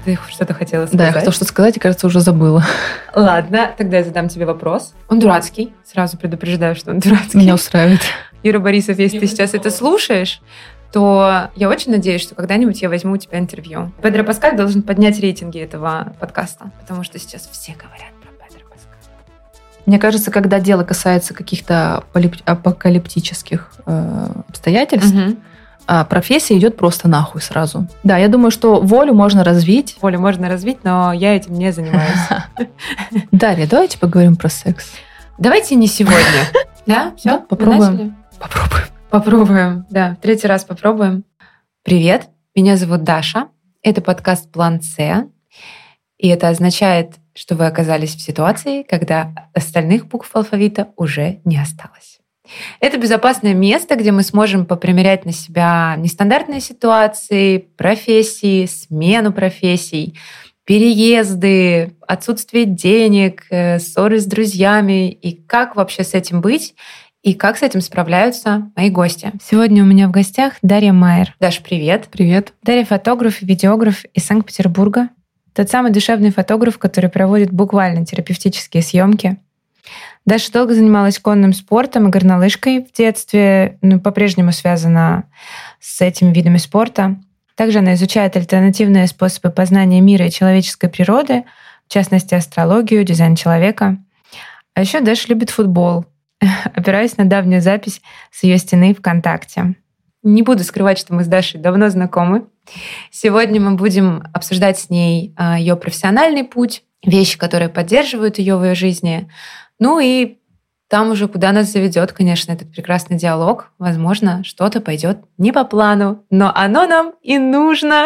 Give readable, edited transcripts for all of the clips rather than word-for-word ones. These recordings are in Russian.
Ты что-то хотела сказать? Да, я хотела что-то сказать, и, кажется, уже забыла. Ладно, тогда я задам тебе вопрос. Он дурацкий. Сразу предупреждаю, что он дурацкий. Меня устраивает. Юра Борисов, если ты сейчас это слушаешь, то я очень надеюсь, что когда-нибудь я возьму у тебя интервью. Педро Паскаль должен поднять рейтинги этого подкаста, потому что сейчас все говорят про Педро Паскаля. Мне кажется, когда дело касается каких-то апокалиптических обстоятельств, профессия идет просто нахуй сразу. Да, я думаю, что волю можно развить. Волю можно развить, но я этим не занимаюсь. Дарья, давайте поговорим про секс. Давайте не сегодня. Да? Все? Попробуем. Попробуем. Да, в третий раз попробуем. Привет, меня зовут Даша. Это подкаст «План С». И это означает, что вы оказались в ситуации, когда остальных букв алфавита уже не осталось. Это безопасное место, где мы сможем попримерять на себя нестандартные ситуации, профессии, смену профессий, переезды, отсутствие денег, ссоры с друзьями и как вообще с этим быть и как с этим справляются мои гости. Сегодня у меня в гостях Дарья Майер. Даша, привет. Привет. Дарья фотограф и видеограф из Санкт-Петербурга. Тот самый душевный фотограф, который проводит буквально терапевтические съемки. Даша долго занималась конным спортом и горнолыжкой в детстве, по-прежнему связана с этими видами спорта. Также она изучает альтернативные способы познания мира и человеческой природы, в частности, астрологию, дизайн человека. А еще Даша любит футбол, опираясь на давнюю запись с ее стены ВКонтакте. Не буду скрывать, что мы с Дашей давно знакомы. Сегодня мы будем обсуждать с ней ее профессиональный путь, вещи, которые поддерживают ее в ее жизни. Ну и там уже куда нас заведет, конечно, этот прекрасный диалог. Возможно, что-то пойдет не по плану, но оно нам и нужно.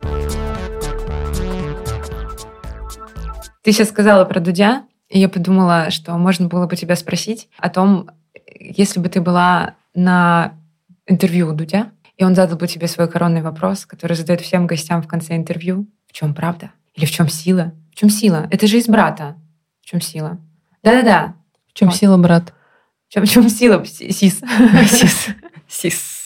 Ты сейчас сказала про Дудя, и я подумала, что можно было бы тебя спросить о том, если бы ты была на интервью у Дудя, и он задал бы тебе свой коронный вопрос, который задает всем гостям в конце интервью. В чем правда? Или в чем сила? В чем сила? Это же из брата. В чем сила? Да-да-да. В чем сила, брат? В чем сила? Сис. Сис.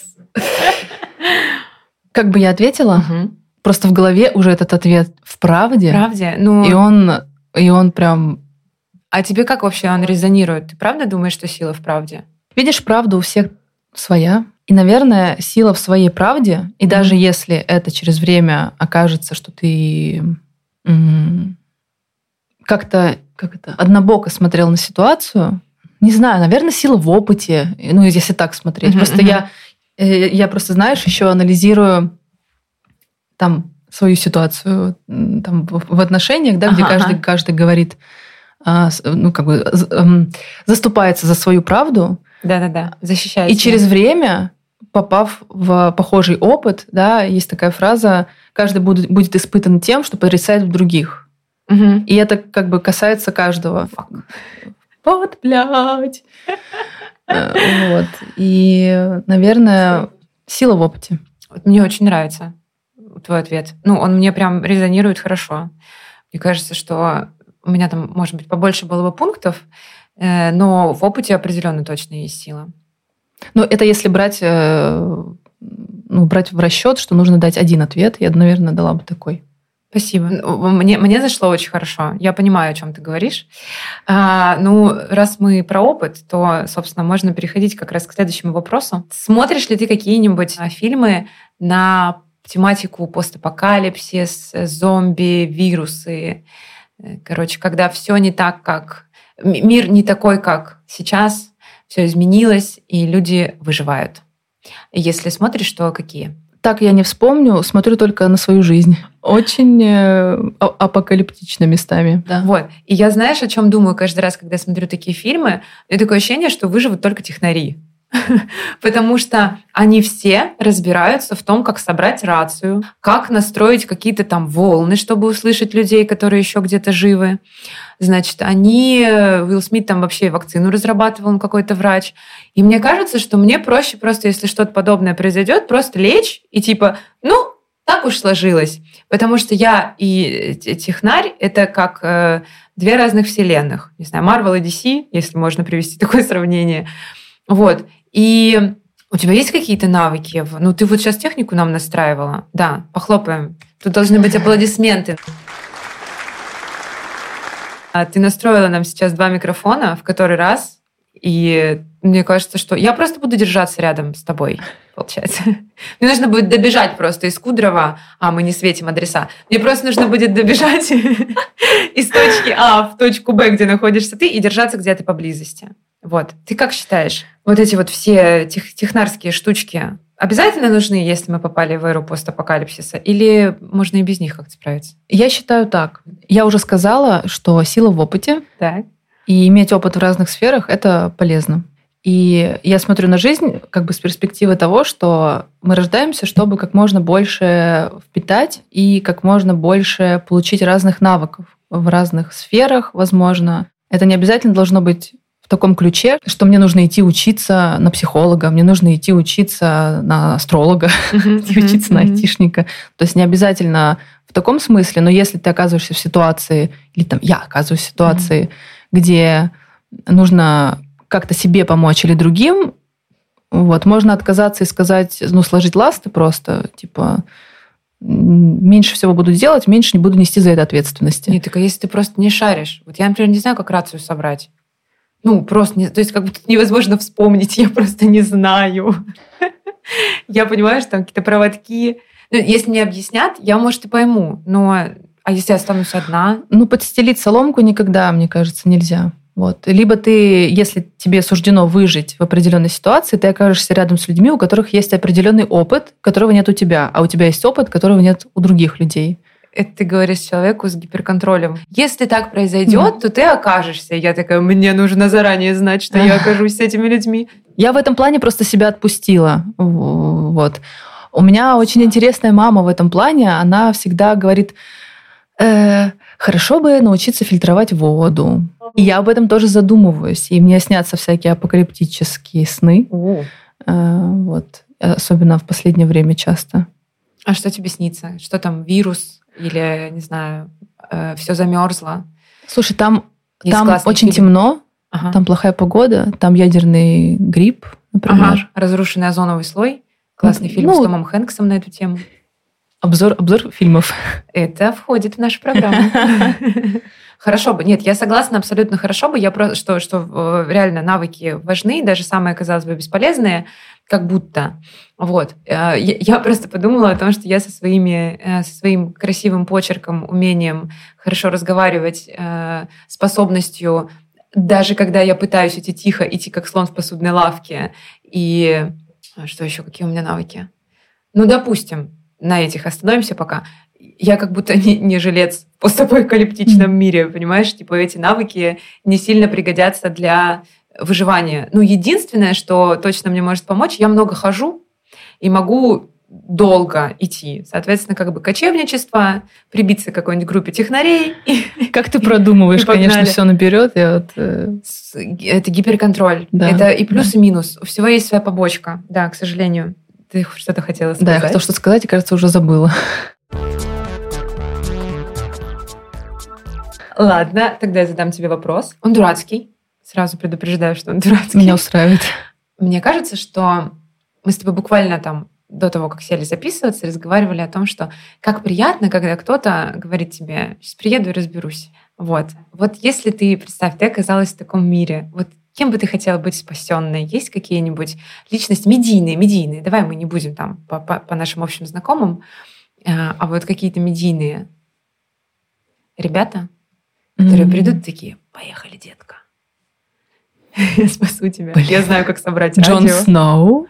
Как бы я ответила? Просто в голове уже этот ответ в правде. И он прям... А тебе как вообще он резонирует? Ты правда думаешь, что сила в правде? Видишь, правда у всех своя. И, наверное, сила в своей правде, и даже если это через время окажется, что ты как-то однобоко смотрел на ситуацию, не знаю, наверное, сила в опыте, если так смотреть. Просто я просто, знаешь, еще анализирую там свою ситуацию там, в отношениях, да, где каждый говорит, заступается за свою правду. Да-да-да, защищается. И через время, попав в похожий опыт, да, есть такая фраза, каждый будет испытан тем, что потрясает в других. И это как бы касается каждого. Вот, блядь. Вот. И, наверное, сила в опыте. Мне очень нравится твой ответ. Он мне прям резонирует хорошо. Мне кажется, что у меня там, может быть, побольше было бы пунктов, но в опыте определенно точно есть сила. Это если брать в расчет, что нужно дать один ответ, я, наверное, дала бы такой. Спасибо. Мне зашло очень хорошо. Я понимаю, о чем ты говоришь. Раз мы про опыт, то, собственно, можно переходить как раз к следующему вопросу. Смотришь ли ты какие-нибудь фильмы на тематику постапокалипсис, зомби, вирусы? Короче, когда все не так, как... Мир не такой, как сейчас, все изменилось, и люди выживают. Если смотришь, то какие? Так я не вспомню, смотрю только на свою жизнь. Очень апокалиптично местами. Да. Вот. И я, знаешь, о чем думаю каждый раз, когда смотрю такие фильмы? У меня такое ощущение, что выживут только технари. Потому что они все разбираются в том, как собрать рацию, как настроить какие-то там волны, чтобы услышать людей, которые еще где-то живы. Значит, Уилл Смит там вообще вакцину разрабатывал, он какой-то врач. И мне кажется, что мне проще просто, если что-то подобное произойдет, просто лечь и так уж сложилось. Потому что я и технарь — это как две разных вселенных. Не знаю, Marvel и DC, если можно привести такое сравнение. Вот. И у тебя есть какие-то навыки? Ты вот сейчас технику нам настраивала. Да, похлопаем Тут должны быть аплодисменты. Ты настроила нам сейчас 2 микрофона в который раз, и мне кажется, что я просто буду держаться рядом с тобой, получается. Мне нужно будет добежать просто из Кудрова, мы не светим адреса, мне просто нужно будет добежать из точки А в точку Б, где находишься ты, и держаться где-то поблизости. Вот. Ты как считаешь, вот эти вот все технарские штучки обязательно нужны, если мы попали в эру постапокалипсиса, или можно и без них как-то справиться? Я считаю так. Я уже сказала, что сила в опыте. Так. И иметь опыт в разных сферах – это полезно. И я смотрю на жизнь как бы с перспективы того, что мы рождаемся, чтобы как можно больше впитать и как можно больше получить разных навыков в разных сферах, возможно. Это не обязательно должно быть в таком ключе, что мне нужно идти учиться на психолога, мне нужно идти учиться на астролога, идти учиться на айтишника. То есть не обязательно в таком смысле, но если ты оказываешься в ситуации, или там я оказываюсь в ситуации, где нужно как-то себе помочь или другим, вот, можно отказаться и сказать, сложить ласты просто, типа, меньше всего буду делать, меньше не буду нести за это ответственности. Нет, так а если ты просто не шаришь? Вот я, например, не знаю, как рацию собрать. Просто не... То есть как будто невозможно вспомнить, я просто не знаю. Я понимаю, что там какие-то проводки. Если мне объяснят, я, может, и пойму. А если я останусь одна? Подстелить соломку никогда, мне кажется, нельзя. Вот. Либо ты, если тебе суждено выжить в определенной ситуации, ты окажешься рядом с людьми, у которых есть определенный опыт, которого нет у тебя, а у тебя есть опыт, которого нет у других людей. Это ты говоришь человеку с гиперконтролем. Если так произойдет, то ты окажешься. Я такая, мне нужно заранее знать, что я окажусь с этими людьми. Я в этом плане просто себя отпустила. Вот. У меня очень интересная мама в этом плане. Она всегда говорит, хорошо бы научиться фильтровать воду. И я об этом тоже задумываюсь. И мне снятся всякие апокалиптические сны. Вот. Особенно в последнее время часто. А что тебе снится? Что там, вирус? Или, не знаю, все замерзло? Слушай, там очень темно, там плохая погода, там ядерный грипп, например. Разрушенный озоновый слой. Классный фильм с Томом Хэнксом на эту тему. Обзор фильмов. Это входит в нашу программу. Хорошо бы. Нет, я согласна, абсолютно хорошо бы. Я просто, что реально навыки важны, даже самые, казалось бы, бесполезные, как будто. Вот. Я просто подумала о том, что я со своим красивым почерком, умением хорошо разговаривать, способностью, даже когда я пытаюсь идти тихо, идти как слон в посудной лавке. И что еще? Какие у меня навыки? Допустим, на этих остановимся пока. Я как будто не жилец в постапокалиптичном мире, понимаешь? Типа эти навыки не сильно пригодятся для выживания. Единственное, что точно мне может помочь, я много хожу и могу долго идти. Соответственно, кочевничество, прибиться к какой-нибудь группе технарей. Как ты продумываешь, конечно, все наперед. Это гиперконтроль. Да, это и плюс, и минус. У всего есть своя побочка. Да, к сожалению. Ты что-то хотела сказать? Да, я хотела что-то сказать, и, кажется, уже забыла. Ладно, тогда я задам тебе вопрос. Он дурацкий. Сразу предупреждаю, что он дурацкий. Меня устраивает. Мне кажется, что мы с тобой буквально до того, как сели записываться, разговаривали о том, что как приятно, когда кто-то говорит тебе, сейчас приеду и разберусь. Вот если ты, представь, ты оказалась в таком мире, кем бы ты хотела быть спасенной? Есть какие-нибудь личности медийные? Давай мы не будем там по нашим общим знакомым, а какие-то медийные ребята, которые придут такие, поехали, детка. Я спасу тебя. Я знаю, как собрать радио. Джон Сноу.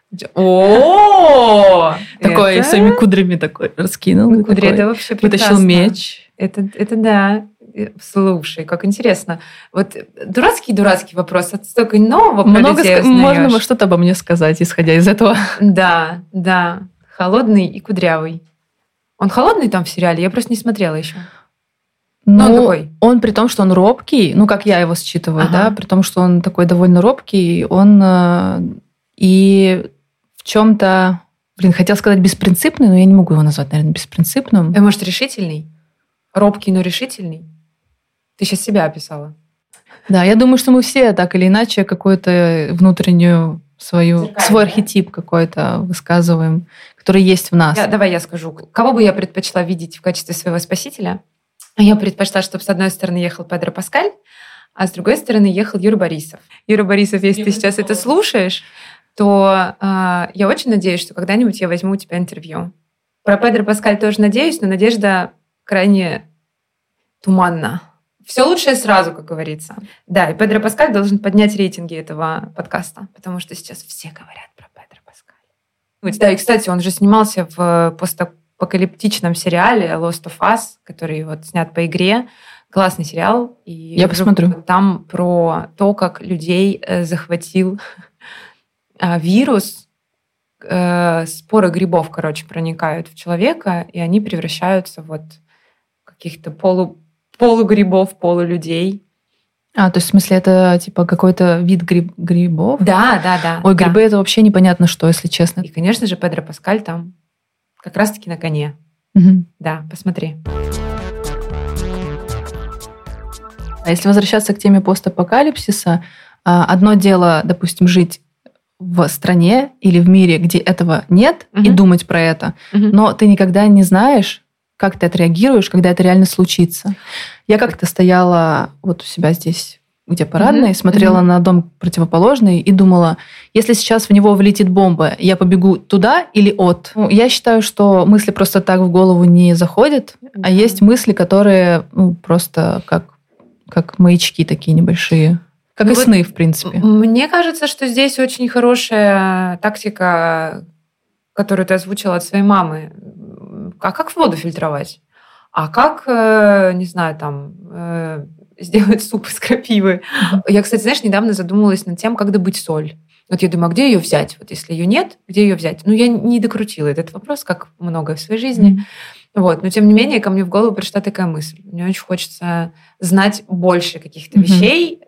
О! Такой своими кудрями такой раскинул. Кудри, это вообще прекрасно. Вытащил меч. Это да. Слушай, как интересно. Дурацкий вопрос. Столько нового про людей узнаешь. Можно что-то обо мне сказать, исходя из этого. Да. Холодный и кудрявый. Он холодный там в сериале? Я просто не смотрела еще. Он при том, что он робкий, как я его считываю, да, при том, что он такой довольно робкий, он и в чем-то, хотел сказать беспринципный, но я не могу его назвать, наверное, беспринципным. Может, решительный? Робкий, но решительный? Ты сейчас себя описала. Да, я думаю, что мы все так или иначе какую-то внутреннюю свой архетип какой-то высказываем, который есть в нас. Давай я скажу. Кого бы я предпочла видеть в качестве своего спасителя? Я предпочла, чтобы с одной стороны ехал Педро Паскаль, а с другой стороны ехал Юра Борисов. Юра Борисов, если ты сейчас это слушаешь, то я очень надеюсь, что когда-нибудь я возьму у тебя интервью. Про Педро Паскаль тоже надеюсь, но надежда крайне туманна. Все лучшее сразу, как говорится. Да, и Педро Паскаль должен поднять рейтинги этого подкаста, потому что сейчас все говорят про Педро Паскаля. Да, и, кстати, он же снимался в постапокалиптичном сериале Last of Us, который вот снят по игре. Классный сериал. И я посмотрю. Там про то, как людей захватил вирус. Споры грибов, проникают в человека, и они превращаются в каких-то полугрибов, полулюдей. То есть, в смысле, это типа какой-то вид грибов? Да. Ой, грибы это вообще непонятно что, если честно. И, конечно же, Педро Паскаль там как раз-таки на коне. Угу. Да, посмотри. А если возвращаться к теме постапокалипсиса, одно дело, допустим, жить в стране или в мире, где этого нет, и думать про это, но ты никогда не знаешь, как ты отреагируешь, когда это реально случится. Я как-то стояла вот у себя здесь, где парадная, смотрела на дом противоположный и думала, если сейчас в него влетит бомба, я побегу туда или от? Я считаю, что мысли просто так в голову не заходят, а есть мысли, которые просто как маячки такие небольшие. Как и сны, в принципе. Мне кажется, что здесь очень хорошая тактика, которую ты озвучила от своей мамы. А как воду фильтровать? А как, не знаю, сделать суп из крапивы? Я, кстати, знаешь, недавно задумалась над тем, как добыть соль. Вот я думаю, а где ее взять? Вот если ее нет, где ее взять? Я не докрутила этот вопрос, как многое в своей жизни. Но тем не менее, ко мне в голову пришла такая мысль. Мне очень хочется знать больше каких-то вещей,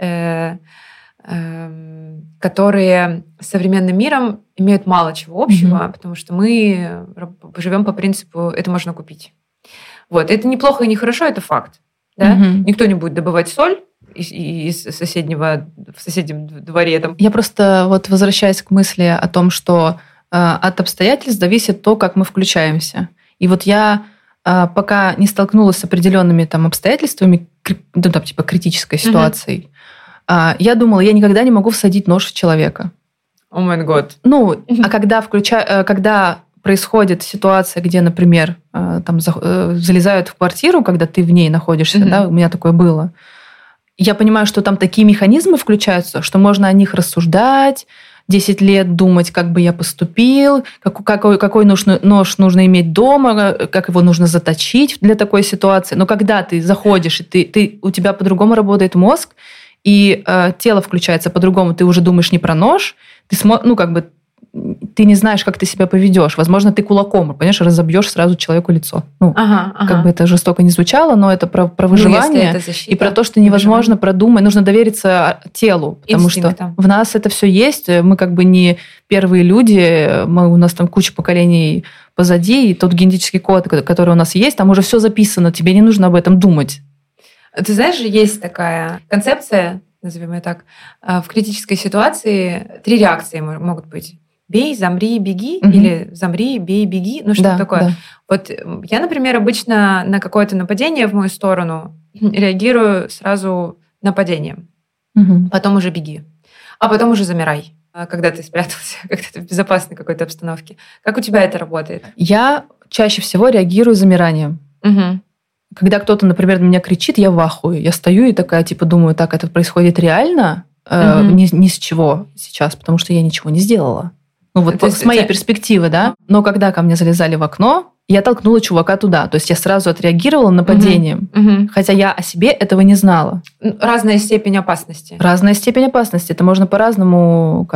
которые с современным миром имеют мало чего общего, потому что мы живем по принципу «это можно купить». Это не плохо и не хорошо, это факт. Да? Никто не будет добывать соль из в соседнем дворе. Я просто возвращаюсь к мысли о том, что от обстоятельств зависит то, как мы включаемся. И я пока не столкнулась с определенными обстоятельствами, типа критической ситуацией, я думала, я никогда не могу всадить нож в человека. О май год. Когда происходит ситуация, где, например, залезают в квартиру, когда ты в ней находишься, да, у меня такое было, я понимаю, что там такие механизмы включаются, что можно о них рассуждать, 10 лет думать, как бы я поступил, какой нож нужно иметь дома, как его нужно заточить для такой ситуации. Но когда ты заходишь, и у тебя по-другому работает мозг, и тело включается по-другому, ты уже думаешь не про нож, ты не знаешь, как ты себя поведешь. Возможно, ты кулаком, понимаешь, разобьешь сразу человеку лицо. Как бы это жестоко не звучало, но это про выживание и про то, что невозможно продумать. Нужно довериться телу, потому что в нас это все есть. Мы не первые люди, у нас там куча поколений позади, и тот генетический код, который у нас есть, там уже все записано, тебе не нужно об этом думать. Ты знаешь, есть такая концепция, назовем ее так, в критической ситуации 3 реакции могут быть. Бей, замри, беги, или замри, бей, беги, что-то такое. Да. Я, например, обычно на какое-то нападение в мою сторону реагирую сразу нападением. Потом уже беги. А потом уже замирай, когда ты спрятался, когда ты в безопасной какой-то обстановке. Как у тебя это работает? Я чаще всего реагирую замиранием. Когда кто-то, например, на меня кричит, я в ахуе. Я стою и такая, думаю, так, это происходит реально? Ни с чего сейчас, потому что я ничего не сделала. С моей перспективы, да. Но когда ко мне залезали в окно, я толкнула чувака туда. То есть я сразу отреагировала нападением. Хотя я о себе этого не знала. Разная степень опасности. Разная степень опасности. Это можно по-разному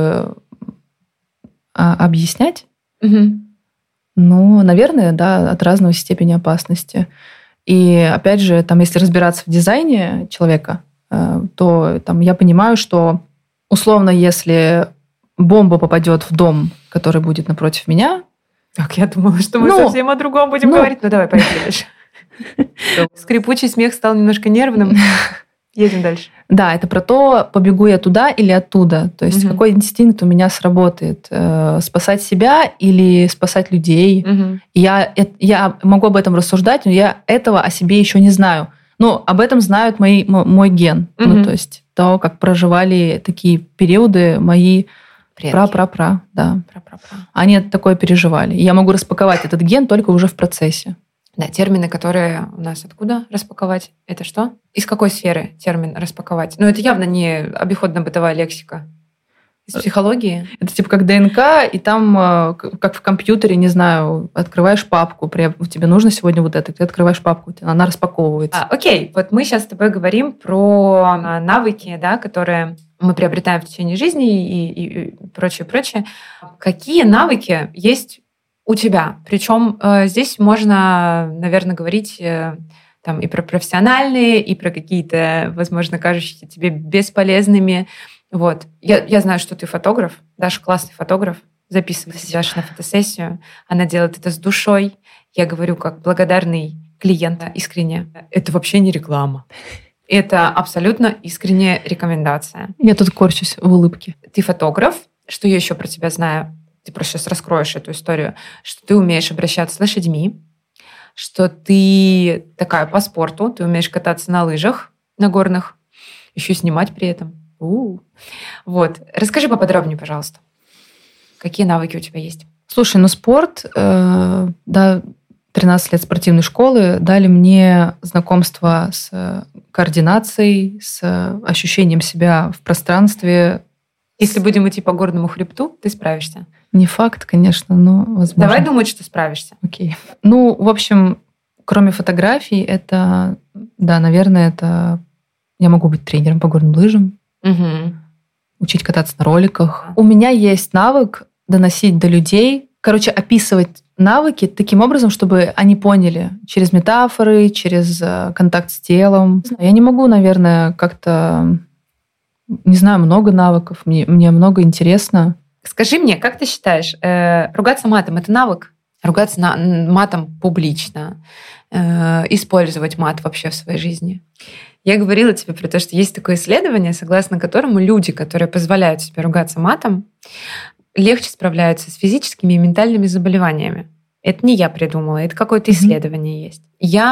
объяснять. Наверное, да, от разной степени опасности. И опять же, если разбираться в дизайне человека, то я понимаю, что условно, если бомба попадет в дом, который будет напротив меня. Так, я думала, что мы совсем о другом будем говорить. Давай, поехали дальше. Скрипучий смех стал немножко нервным. Едем дальше. Да, это про то, побегу я туда или оттуда. То есть какой инстинкт у меня сработает. Спасать себя или спасать людей. Я могу об этом рассуждать, но я этого о себе еще не знаю. Но об этом знают мой ген. Ну, то есть то, как проживали такие периоды мои пра-пра-пра. Да. Они такое переживали. И я могу распаковать этот ген только уже в процессе. Да, термины, которые у нас откуда распаковать? Это что? Из какой сферы термин распаковать? Ну, это явно не обиходно-бытовая лексика. Из психологии? Это типа как ДНК, и там, как в компьютере, не знаю, открываешь папку, тебе нужно сегодня вот это, ты открываешь папку, она распаковывается. Окей, вот мы сейчас с тобой говорим про навыки, да, которые мы приобретаем в течение жизни и прочее. Какие навыки есть у тебя? Причем здесь можно, наверное, говорить там и про профессиональные, и про какие-то, возможно, кажущиеся тебе бесполезными. Вот. Я знаю, что ты фотограф. Даша классный фотограф. Записывайся, Даша, на фотосессию. Она делает это с душой. Я говорю, как благодарный клиент, искренне. Это вообще не реклама. Это абсолютно искренняя рекомендация. Я тут корчусь в улыбке. Ты фотограф. Что я еще про тебя знаю? Ты просто сейчас раскроешь эту историю. Что ты умеешь обращаться с лошадьми. Что ты такая по спорту. Ты умеешь кататься на лыжах, на горных. Еще и снимать при этом. Вот. Расскажи поподробнее, пожалуйста. Какие навыки у тебя есть? Слушай, спорт, 13 лет спортивной школы дали мне знакомство с координацией, с ощущением себя в пространстве. Если будем идти по горному хребту, ты справишься? Не факт, конечно, но возможно. Давай думать, что справишься. Окей. В общем, кроме фотографий, это, да, наверное, это я могу быть тренером по горным лыжам, учить кататься на роликах. У меня есть навык доносить до людей, описывать навыки таким образом, чтобы они поняли через метафоры, через контакт с телом. Я не могу, наверное, как-то, не знаю, много навыков, мне много интересно. Скажи мне, как ты считаешь, ругаться матом – это навык? Ругаться матом публично, использовать мат вообще в своей жизни? Я говорила тебе про то, что есть такое исследование, согласно которому люди, которые позволяют себе ругаться матом, легче справляются с физическими и ментальными заболеваниями. Это не я придумала, это какое-то исследование есть.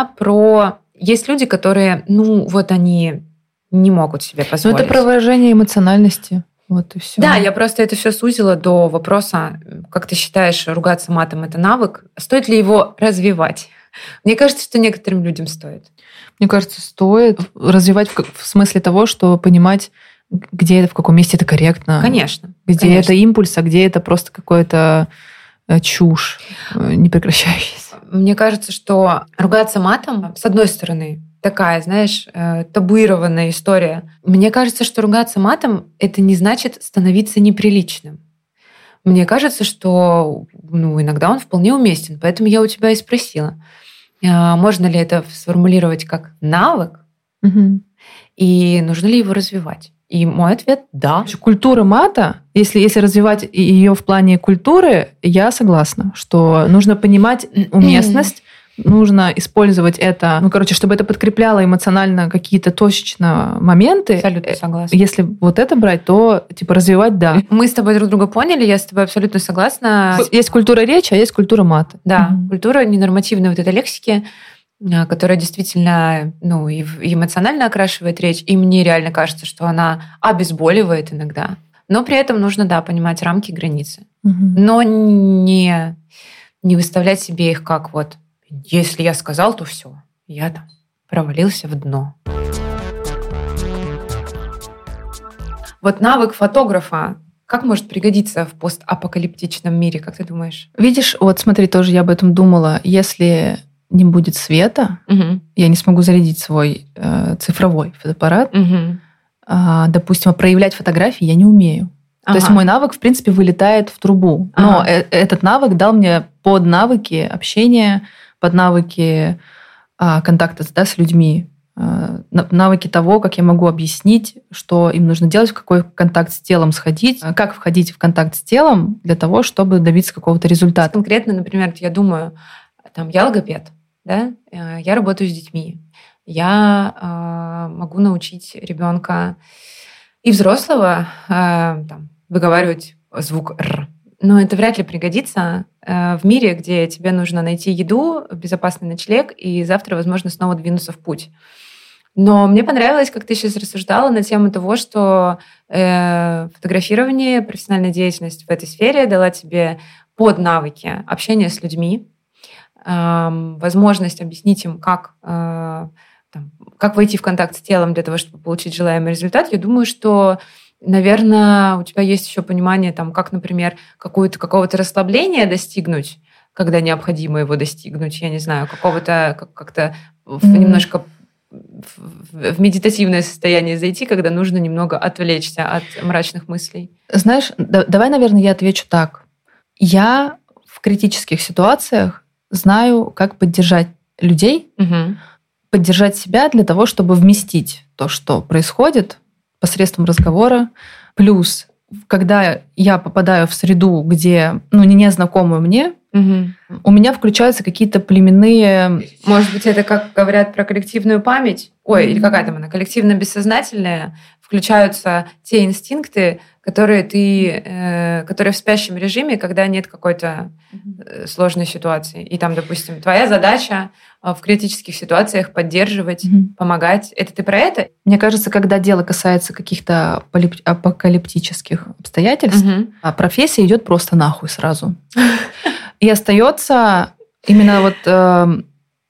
Есть люди, которые, они не могут себе позволить. Это про выражение эмоциональности. Вот и все. Да, я просто это все сузила до вопроса, как ты считаешь, ругаться матом – это навык? Стоит ли его развивать? Мне кажется, что некоторым людям стоит. Мне кажется, стоит развивать в смысле того, что понимать, где это, в каком месте это корректно. Конечно. Где это импульс, а где это просто какая-то чушь непрекращающаяся. Мне кажется, что ругаться матом, с одной стороны, такая, знаешь, табуированная история. Мне кажется, что ругаться матом – это не значит становиться неприличным. Мне кажется, что иногда он вполне уместен. Поэтому я у тебя и спросила, можно ли это сформулировать как навык, и нужно ли его развивать. И мой ответ – да. Культура мата, если развивать ее в плане культуры, я согласна, что нужно понимать уместность, нужно использовать это, чтобы это подкрепляло эмоционально какие-то точечно моменты. Абсолютно согласна. Если вот это брать, то развивать, да. Мы с тобой друг друга поняли, я с тобой абсолютно согласна. Есть культура речи, а есть культура мата. Да, культура ненормативной вот этой лексики, которая действительно и эмоционально окрашивает речь, и мне реально кажется, что она обезболивает иногда. Но при этом нужно, понимать рамки и границы. Но не выставлять себе их как если я сказал, то все, я там провалился в дно. Вот навык фотографа как может пригодиться в постапокалиптичном мире, как ты думаешь? Видишь, смотри, тоже я об этом думала. Если не будет света, я не смогу зарядить свой цифровой фотоаппарат. Допустим, проявлять фотографии я не умею. То есть мой навык, в принципе, вылетает в трубу. Но этот навык дал мне под навыки общения, под навыки контакта с людьми, навыки того, как я могу объяснить, что им нужно делать, в какой контакт с телом сходить, как входить в контакт с телом для того, чтобы добиться какого-то результата. Конкретно, например, я думаю, я логопед, да, я работаю с детьми. я могу научить ребенка и взрослого выговаривать звук «р». Но это вряд ли пригодится в мире, где тебе нужно найти еду, безопасный ночлег и завтра, возможно, снова двинуться в путь. Но мне понравилось, как ты сейчас рассуждала на тему того, что фотографирование, профессиональная деятельность в этой сфере дала тебе поднавыки общения с людьми, возможность объяснить им, как войти в контакт с телом для того, чтобы получить желаемый результат. Я думаю, что, наверное, у тебя есть еще понимание, как, например, какого-то расслабления достигнуть, когда необходимо его достигнуть, я не знаю, какого-то как-то немножко в медитативное состояние зайти, когда нужно немного отвлечься от мрачных мыслей. Знаешь, давай, наверное, я отвечу так. Я в критических ситуациях знаю, как поддержать людей, поддержать себя для того, чтобы вместить то, что происходит посредством разговора. Плюс, когда я попадаю в среду, где незнакомую мне, у меня включаются какие-то племенные... Может быть, это как говорят про коллективную память? Или какая там она? Коллективно-бессознательная. Включаются те инстинкты, которые в спящем режиме, когда нет какой-то сложной ситуации. И там, допустим, твоя задача в критических ситуациях поддерживать, помогать. Это ты про это? Мне кажется, когда дело касается каких-то апокалиптических обстоятельств, профессия идет просто нахуй сразу. И остается именно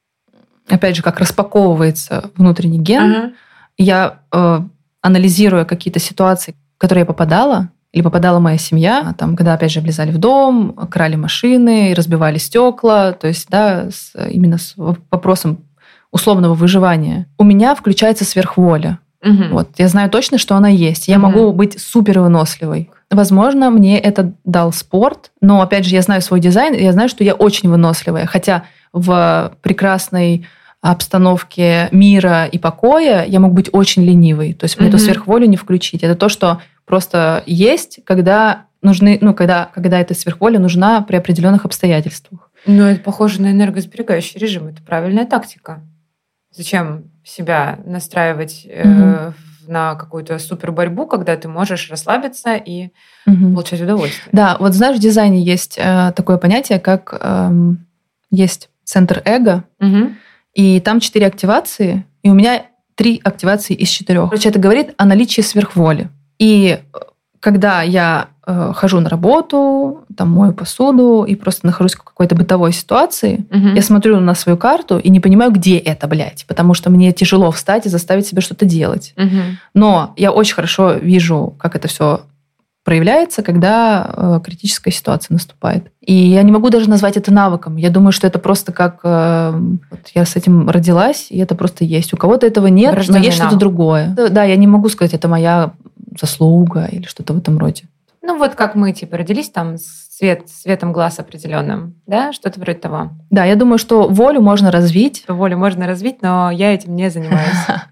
опять же, как распаковывается внутренний ген. Я, анализируя какие-то ситуации, в которые я попадала, или попадала моя семья, когда, опять же, влезали в дом, крали машины, разбивали стекла, то есть, именно с вопросом условного выживания, у меня включается сверхволя. Я знаю точно, что она есть. Я могу быть супер выносливой. Возможно, мне это дал спорт, но, опять же, я знаю свой дизайн, и я знаю, что я очень выносливая. Хотя в прекрасной обстановке мира и покоя я могу быть очень ленивой. То есть мне эту сверхволю не включить. Это то, что просто есть, когда эта сверхволя нужна при определенных обстоятельствах. Но это похоже на энергосберегающий режим. Это правильная тактика. Зачем себя настраивать на какую-то супер борьбу, когда ты можешь расслабиться и получать удовольствие? Да, знаешь, в дизайне есть такое понятие, как есть центр эго, и там 4 активации, и у меня 3 активации из 4. Короче, это говорит о наличии сверхволи. И когда я хожу на работу, мою посуду и просто нахожусь в какой-то бытовой ситуации, я смотрю на свою карту и не понимаю, где это, потому что мне тяжело встать и заставить себя что-то делать. Но я очень хорошо вижу, как это все проявляется, когда критическая ситуация наступает. И я не могу даже назвать это навыком. Я думаю, что это просто как... я с этим родилась, и это просто есть. У кого-то этого нет, но есть что-то другое. Да, я не могу сказать, это моя заслуга или что-то в этом роде. Как мы родились с цветом глаз определенным, да, что-то вроде того. Да, я думаю, что волю можно развить. Волю можно развить, но я этим не занимаюсь.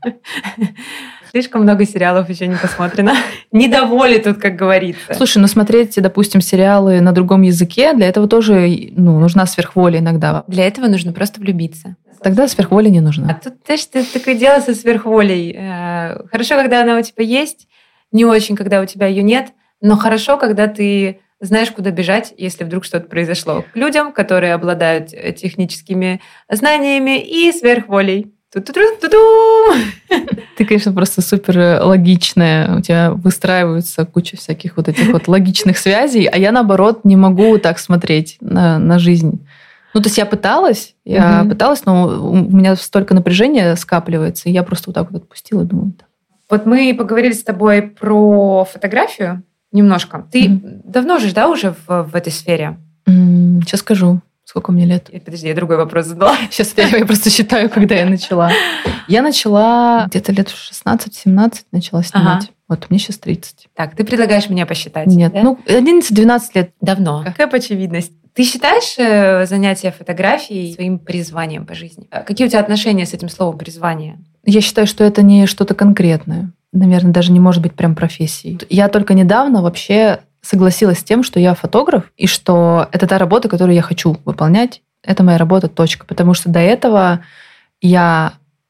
Слишком много сериалов еще не посмотрено. Не до воли тут, как говорится. Слушай, смотреть, допустим, сериалы на другом языке, для этого тоже нужна сверхволя иногда. Для этого нужно просто влюбиться. Тогда сверхволя не нужна. А тут, знаешь, такое дело со сверхволей. Хорошо, когда она у тебя есть, не очень, когда у тебя ее нет, но хорошо, когда ты знаешь, куда бежать, если вдруг что-то произошло. К людям, которые обладают техническими знаниями и сверхволей. Ты, конечно, просто супер логичная. У тебя выстраиваются куча всяких этих логичных связей, а я, наоборот, не могу так смотреть на жизнь. То есть я пыталась, но у меня столько напряжения скапливается, и я просто так отпустила и думаю... Мы поговорили с тобой про фотографию немножко. Ты давно же, уже в этой сфере? Сейчас скажу. Сколько мне лет? Подожди, я другой вопрос задала. Сейчас я просто считаю, когда я начала. Я начала где-то лет в 16-17 начала снимать. Мне сейчас 30. Так, ты предлагаешь мне посчитать? Нет, да? 11-12 лет. Давно. Какая очевидность. Ты считаешь занятие фотографией своим призванием по жизни? Какие у тебя отношения с этим словом «призвание»? Я считаю, что это не что-то конкретное. Наверное, даже не может быть прям профессией. Я только недавно вообще согласилась с тем, что я фотограф, и что это та работа, которую я хочу выполнять. Это моя работа, точка. Потому что до этого я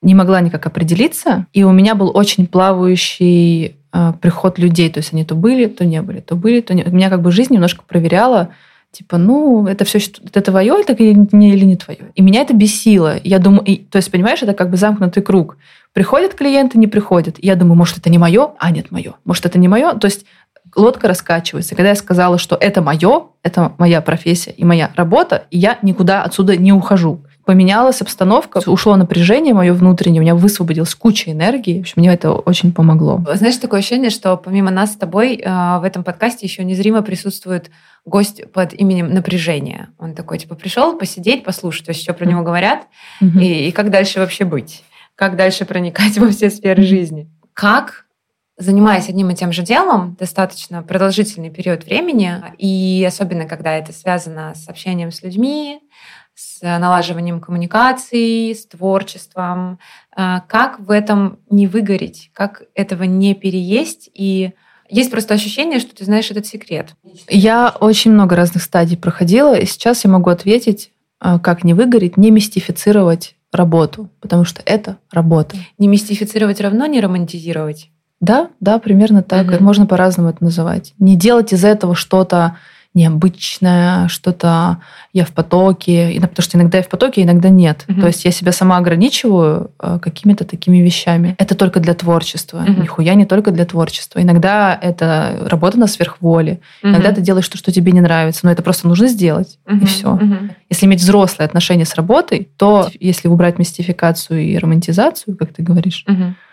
не могла никак определиться, и у меня был очень плавающий приход людей. То есть они то были, то не были, то были, то не... Меня как бы жизнь немножко проверяла, типа, это все, это твое или не твое. И меня это бесило. Я думаю, то есть, понимаешь, это как бы замкнутый круг. Приходят клиенты, не приходят. Я думаю, может, это не мое? А, нет, мое. Может, это не мое? То есть лодка раскачивается. Когда я сказала, что это мое, это моя профессия и моя работа, и я никуда отсюда не ухожу. Поменялась обстановка, ушло напряжение мое внутреннее, у меня высвободилась куча энергии. В общем, мне это очень помогло. Знаешь, такое ощущение, что помимо нас с тобой в этом подкасте еще незримо присутствует гость под именем Напряжение. Он такой, типа, пришел посидеть, послушать, вообще, что про него говорят, и как дальше вообще быть, как дальше проникать во все сферы жизни. Как, занимаясь одним и тем же делом достаточно продолжительный период времени, и особенно, когда это связано с общением с людьми, с налаживанием коммуникаций, с творчеством. Как в этом не выгореть? Как этого не переесть? И есть просто ощущение, что ты знаешь этот секрет. Я очень много разных стадий проходила, и сейчас я могу ответить, как не выгореть, не мистифицировать работу, потому что это работа. Не мистифицировать равно не романтизировать? Да, примерно так. Можно по-разному это называть. Не делать из этого что-то необычное, что-то я в потоке, потому что иногда я в потоке, иногда нет. То есть я себя сама ограничиваю какими-то такими вещами. Это только для творчества. Нихуя не только для творчества. Иногда это работа на сверхволе. Иногда ты делаешь то, что тебе не нравится, но это просто нужно сделать, и все. Если иметь взрослые отношения с работой, то если убрать мистификацию и романтизацию, как ты говоришь,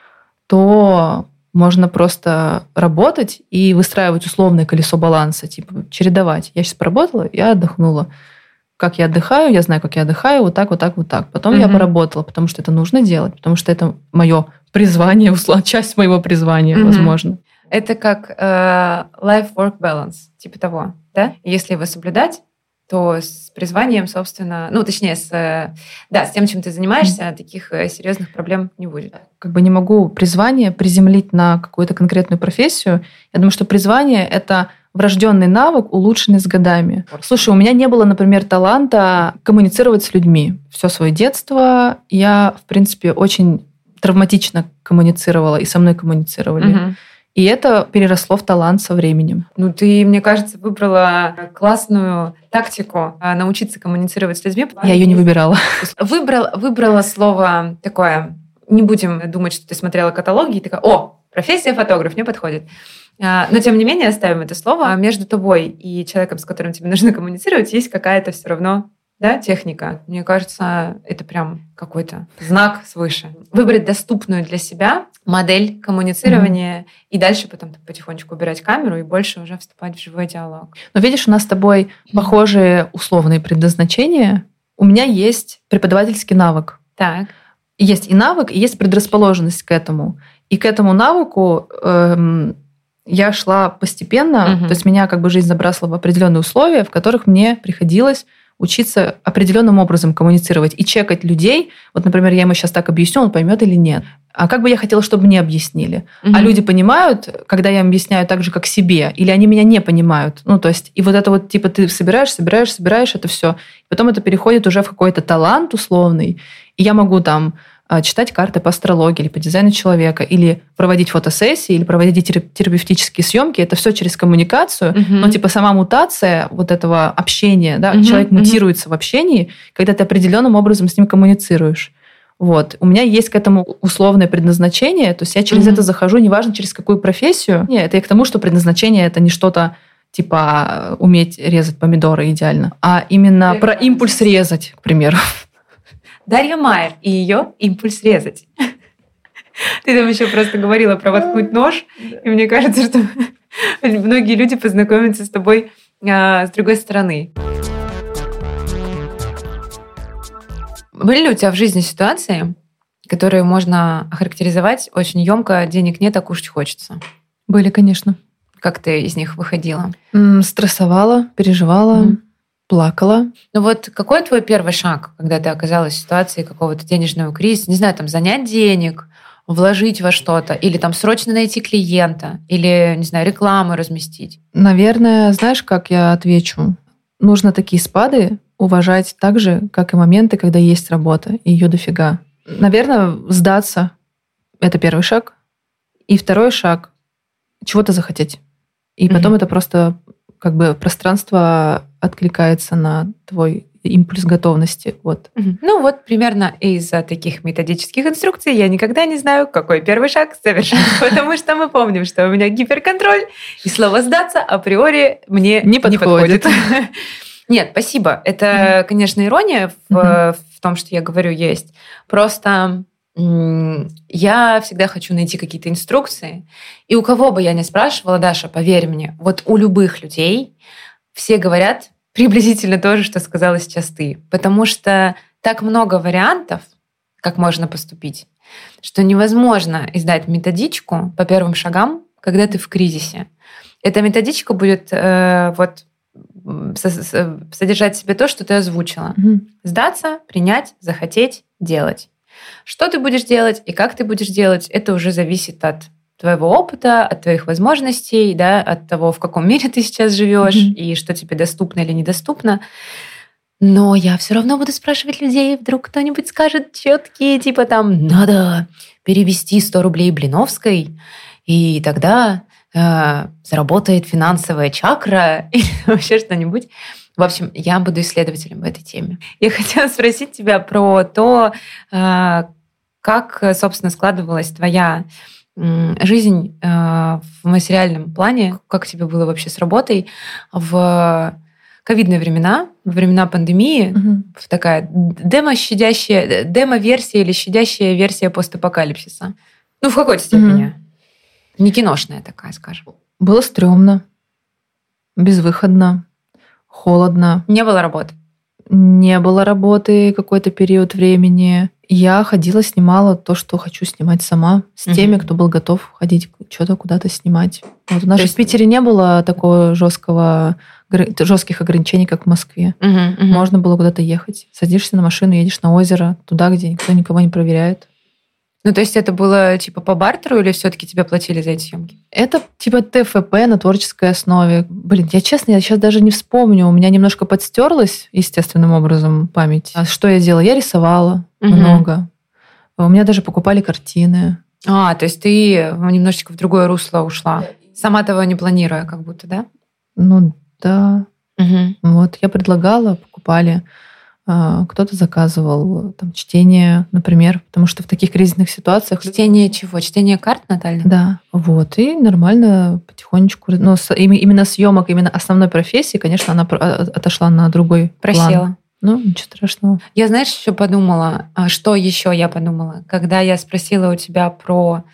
то можно просто работать и выстраивать условное колесо баланса, типа чередовать. Я сейчас поработала, я отдохнула. Как я отдыхаю, я знаю, как я отдыхаю, вот так, вот так, вот так. Потом я поработала, потому что это нужно делать, потому что это мое призвание, часть моего призвания, возможно. Это как life-work balance, типа того, да? Если его соблюдать, то с призванием, собственно, точнее, с тем, чем ты занимаешься, таких серьезных проблем не будет. Как бы не могу призвание приземлить на какую-то конкретную профессию. Я думаю, что призвание — это врожденный навык, улучшенный с годами. Слушай, у меня не было, например, таланта коммуницировать с людьми. Все свое детство я, в принципе, очень травматично коммуницировала, и со мной коммуницировали. И это переросло в талант со временем. Ты, мне кажется, выбрала классную тактику научиться коммуницировать с людьми. Я ее не выбирала. Выбрала слово такое. Не будем думать, что ты смотрела каталоги и такая, профессия фотограф, мне подходит. Но, тем не менее, оставим это слово. Между тобой и человеком, с которым тебе нужно коммуницировать, есть какая-то все равно техника. Мне кажется, это прям какой-то знак свыше. Выбрать доступную для себя модель коммуницирования и дальше потом потихонечку убирать камеру и больше уже вступать в живой диалог. Но видишь, у нас с тобой похожие условные предназначения. У меня есть преподавательский навык. Так. Есть и навык, и есть предрасположенность к этому. И к этому навыку я шла постепенно. То есть меня как бы жизнь забрасывала в определенные условия, в которых мне приходилось учиться определенным образом коммуницировать и чекать людей. Вот, например, я ему сейчас так объясню, он поймет или нет. А как бы я хотела, чтобы мне объяснили? А люди понимают, когда я им объясняю так же, как себе, или они меня не понимают? То есть, и вот это вот, типа, ты собираешь это все. Потом это переходит уже в какой-то талант условный. И я могу там читать карты по астрологии или по дизайну человека, или проводить фотосессии, или проводить терапевтические съемки. Это все через коммуникацию. Но типа сама мутация вот этого общения, человек мутируется в общении, когда ты определенным образом с ним коммуницируешь. Вот. У меня есть к этому условное предназначение, то есть я через это захожу, неважно через какую профессию. Нет, это и к тому, что предназначение — это не что-то типа уметь резать помидоры идеально, а именно про импульс резать, к примеру. Дарья Майер и ее импульс резать. Ты там еще просто говорила про воткнуть нож, и мне кажется, что многие люди познакомятся с тобой с другой стороны. Были ли у тебя в жизни ситуации, которые можно охарактеризовать очень емко: денег нет, а кушать хочется? Были, конечно. Как ты из них выходила? Стрессовала, переживала. Плакала. Какой твой первый шаг, когда ты оказалась в ситуации какого-то денежного кризиса? Не знаю, занять денег, вложить во что-то, или срочно найти клиента, или, не знаю, рекламу разместить? Наверное, знаешь, как я отвечу? Нужно такие спады уважать так же, как и моменты, когда есть работа, и ее дофига. Наверное, сдаться – это первый шаг. И второй шаг – чего-то захотеть. И потом это просто как бы пространство откликается на твой импульс готовности. Вот. Ну вот примерно из-за таких методических инструкций я никогда не знаю, какой первый шаг совершить, потому что мы помним, что у меня гиперконтроль, и слово «сдаться» априори мне не подходит. Нет, спасибо. Это, конечно, ирония в том, что я говорю, есть. Просто я всегда хочу найти какие-то инструкции. И у кого бы я ни спрашивала, Даша, поверь мне, вот у любых людей все говорят приблизительно то же, что сказала сейчас ты. Потому что так много вариантов, как можно поступить, что невозможно издать методичку по первым шагам, когда ты в кризисе. Эта методичка будет содержать в себе то, что ты озвучила. Сдаться, принять, захотеть, делать. Что ты будешь делать и как ты будешь делать, это уже зависит от твоего опыта, от твоих возможностей, да, от того, в каком мире ты сейчас живешь и что тебе доступно или недоступно. Но я все равно буду спрашивать людей, вдруг кто-нибудь скажет четкие, типа там, надо перевести 100 рублей Блиновской, и тогда заработает финансовая чакра или вообще что-нибудь. В общем, я буду исследователем в этой теме. Я хотела спросить тебя про то, как, собственно, складывалась твоя жизнь в материальном плане, как тебе было вообще с работой в ковидные времена, во времена пандемии, такая демо-версия или щадящая версия постапокалипсиса. Ну, в какой-то степени. Не киношная такая, скажем. Было стрёмно, безвыходно, холодно. Не было работы? Не было работы какой-то период времени. Я ходила, снимала то, что хочу снимать сама, с теми, кто был готов ходить что-то куда-то снимать. Вот у нас же в Питере не было такого жестких ограничений, как в Москве. Можно было куда-то ехать. Садишься на машину, едешь на озеро, туда, где никто никого не проверяет. Ну, то есть это было типа по бартеру или все-таки тебе платили за эти съемки? Это типа ТФП на творческой основе. Блин, я сейчас даже не вспомню. У меня немножко подстерлась естественным образом память. А что я делала? Я рисовала много. У меня даже покупали картины. То есть ты немножечко в другое русло ушла. Сама того не планируя, как будто, да? Ну, да. Вот, я предлагала, покупали. Кто-то заказывал там чтение, например, потому что в таких кризисных ситуациях... Чтение чего? Чтение карт натальных? Да. Вот. И нормально, потихонечку... Но именно съемок, именно основной профессии, конечно, она отошла на другой Просела. План. Ну, ничего страшного. Я, знаешь, еще подумала, что еще я подумала, когда я спросила у тебя про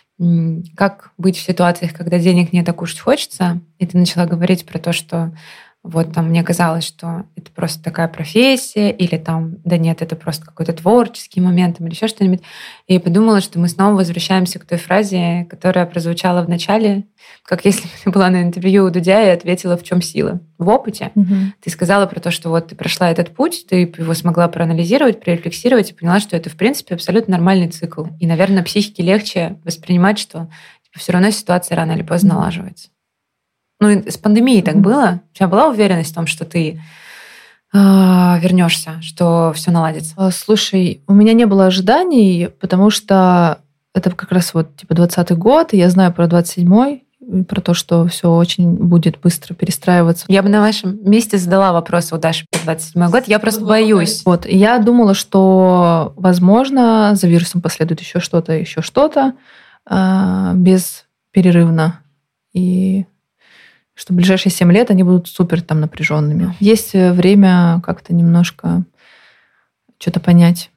как быть в ситуациях, когда денег не так уж хочется, и ты начала говорить про то, что вот там мне казалось, что это просто такая профессия, или там, да нет, это просто какой-то творческий момент, или еще что-нибудь. И я подумала, что мы снова возвращаемся к той фразе, которая прозвучала в начале, как если бы ты была на интервью у Дудя и ответила, в чем сила. В опыте. Ты сказала про то, что вот ты прошла этот путь, ты его смогла проанализировать, прорефлексировать и поняла, что это, в принципе, абсолютно нормальный цикл. И, наверное, психике легче воспринимать, что все равно ситуация рано или поздно налаживается. Ну, с пандемией так было? У тебя была уверенность в том, что ты вернешься, что все наладится? Слушай, у меня не было ожиданий, потому что это как раз вот типа 20-й год, и я знаю про 27-й, про то, что все очень будет быстро перестраиваться. Я бы на вашем месте задала вопрос у Даши про 27-й год. Я просто боюсь. Вот, и я думала, что, возможно, за вирусом последует еще что-то, бесперерывно. И что в ближайшие 7 лет они будут супер там напряженными. Есть время как-то немножко что-то понять.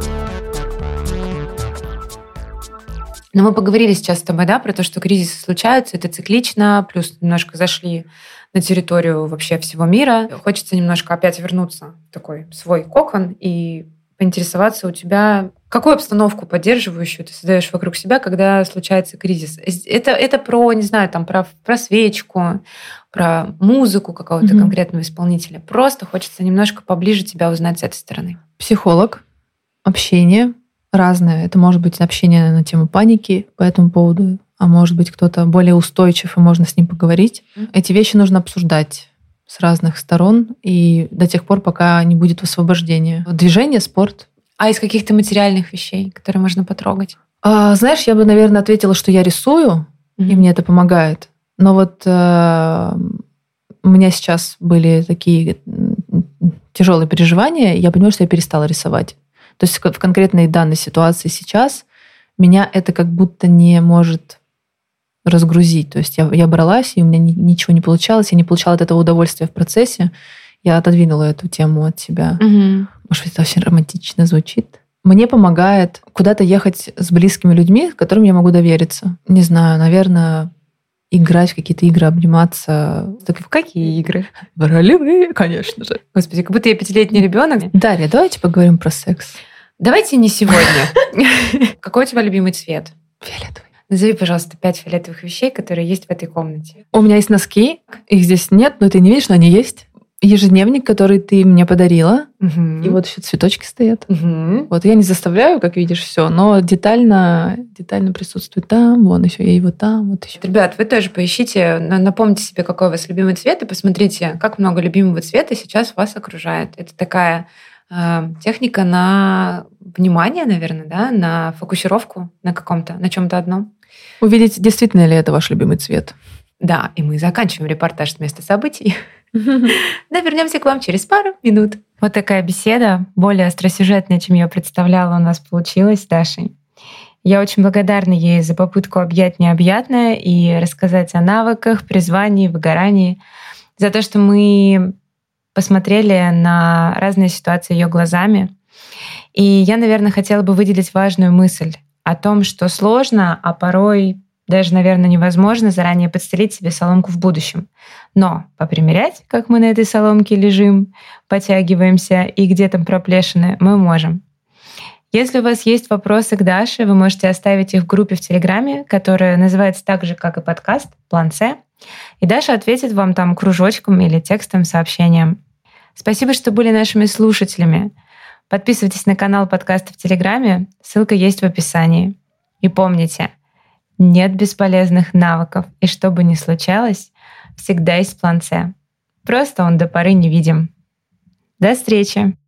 Но мы поговорили сейчас с тобой, да, про то, что кризисы случаются, это циклично, плюс немножко зашли на территорию вообще всего мира. Хочется немножко опять вернуться в такой свой кокон и поинтересоваться у тебя, какую обстановку поддерживающую ты создаешь вокруг себя, когда случается кризис. Это про, не знаю, там, про свечку, про музыку какого-то конкретного исполнителя. Просто хочется немножко поближе тебя узнать с этой стороны. Психолог, общение разное. Это может быть общение на тему паники по этому поводу, а может быть кто-то более устойчив, и можно с ним поговорить. Эти вещи нужно обсуждать с разных сторон и до тех пор, пока не будет освобождения. Движение, спорт. А из каких-то материальных вещей, которые можно потрогать? Знаешь, я бы, наверное, ответила, что я рисую, и мне это помогает. Но вот у меня сейчас были такие тяжелые переживания, и я понимаю, что я перестала рисовать. То есть в конкретной данной ситуации сейчас меня это как будто не может разгрузить. То есть я бралась, и у меня ничего не получалось, я не получала от этого удовольствия в процессе. Я отодвинула эту тему от себя. Может быть, это очень романтично звучит. Мне помогает куда-то ехать с близкими людьми, которым я могу довериться. Не знаю, наверное, играть в какие-то игры, обниматься. Так в какие игры? В ролевые, конечно же. Господи, как будто я 5-летний ребенок. Дарья, давайте поговорим про секс. Давайте не сегодня. Какой у тебя любимый цвет? Фиолетовый. Назови, пожалуйста, 5 фиолетовых вещей, которые есть в этой комнате. У меня есть носки. Их здесь нет, но ты не видишь, но они есть. Ежедневник, который ты мне подарила. И вот еще цветочки стоят. Вот я не заставляю, как видишь, все, но детально присутствует там, вон еще я его там, вот еще. Ребят, вы тоже поищите, напомните себе, какой у вас любимый цвет, и посмотрите, как много любимого цвета сейчас вас окружает. Это такая техника на внимание, наверное, да, на фокусировку на чем-то одном. Увидеть, действительно ли это ваш любимый цвет. Да, и мы заканчиваем репортаж с места событий. Да, вернемся к вам через пару минут. Вот такая беседа, более остросюжетная, чем я представляла, у нас получилась с Дашей. Я очень благодарна ей за попытку объять необъятное и рассказать о навыках, призвании, выгорании, за то, что мы посмотрели на разные ситуации ее глазами. И я, наверное, хотела бы выделить важную мысль о том, что сложно, а порой даже, наверное, невозможно заранее подстелить себе соломку в будущем. Но попримерять, как мы на этой соломке лежим, потягиваемся и где там проплешины, мы можем. Если у вас есть вопросы к Даше, вы можете оставить их в группе в Телеграме, которая называется так же, как и подкаст «План С». И Даша ответит вам там кружочком или текстовым сообщением. Спасибо, что были нашими слушателями. Подписывайтесь на канал подкаста в Телеграме, ссылка есть в описании. И помните, нет бесполезных навыков, и что бы ни случалось, всегда есть план С. Просто он до поры невидим. До встречи!